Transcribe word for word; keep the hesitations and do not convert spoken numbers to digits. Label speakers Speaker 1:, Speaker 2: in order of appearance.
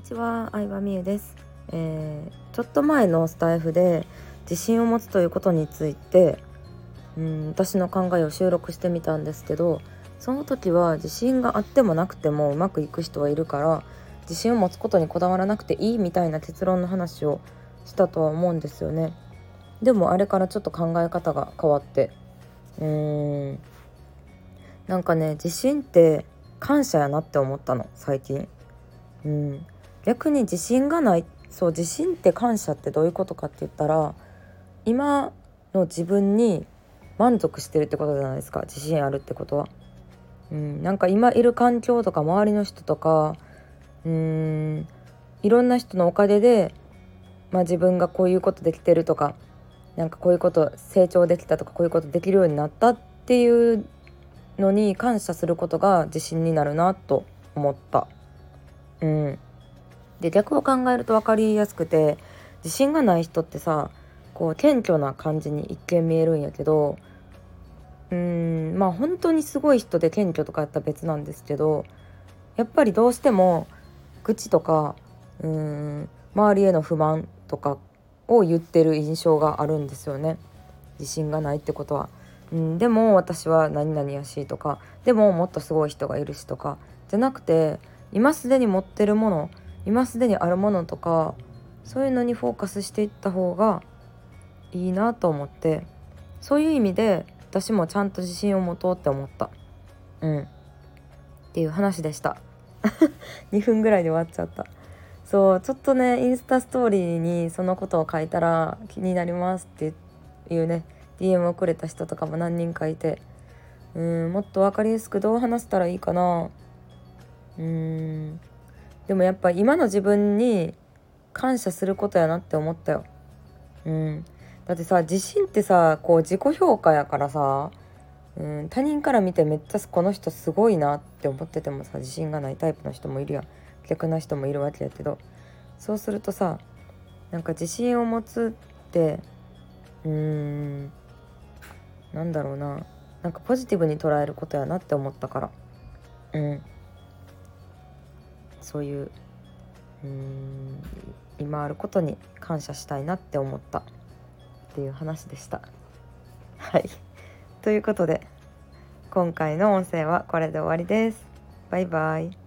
Speaker 1: ちは、相葉美優です、えー、ちょっと前のスタイフで自信を持つということについてうん私の考えを収録してみたんですけど、その時は自信があってもなくてもうまくいく人はいるから自信を持つことにこだわらなくていいみたいな結論の話をしたとは思うんですよね。でもあれからちょっと考え方が変わってうーんなんかね、自信って感謝やなって思ったの最近。うん逆に自信がない、そう自信って感謝ってどういうことかって言ったら、今の自分に満足してるってことじゃないですか、自信あるってことは。うんなんか今いる環境とか周りの人とかうーんいろんな人のおかげで、まあ、自分がこういうことできてるとか、なんかこういうこと成長できたとか、こういうことできるようになったっていうのに感謝することが自信になるなと思った。うんで逆を考えると分かりやすくて、自信がない人ってさ、こう謙虚な感じに一見見えるんやけど、うーんまあ本当にすごい人で謙虚とかやったら別なんですけど、やっぱりどうしても愚痴とかうーん周りへの不満とかを言ってる印象があるんですよね、自信がないってことは。うん、でも私は何々やしとか、でももっとすごい人がいるしとかじゃなくて、今すでに持ってるもの、今すでにあるものとか、そういうのにフォーカスしていった方がいいなと思って、そういう意味で私もちゃんと自信を持とうって思った。うんっていう話でした。にふんぐらいで終わっちゃった。そうちょっとね、インスタストーリーにそのことを書いたら気になりますっていうね ディーエム をくれた人とかも何人かいて、うーんもっと分かりやすくどう話したらいいかな。うーんでもやっぱ今の自分に感謝することやなって思ったよ。うんだってさ、自信ってさ、こう自己評価やからさ、うん他人から見てめっちゃこの人すごいなって思っててもさ、自信がないタイプの人もいるやん、逆な人もいるわけやけど、そうするとさ、なんか自信を持つってうーんなんだろうな、なんかポジティブに捉えることやなって思ったから、うんそういううーん今あることに感謝したいなって思ったっていう話でした。はいということで今回の音声はこれで終わりです。バイバイ。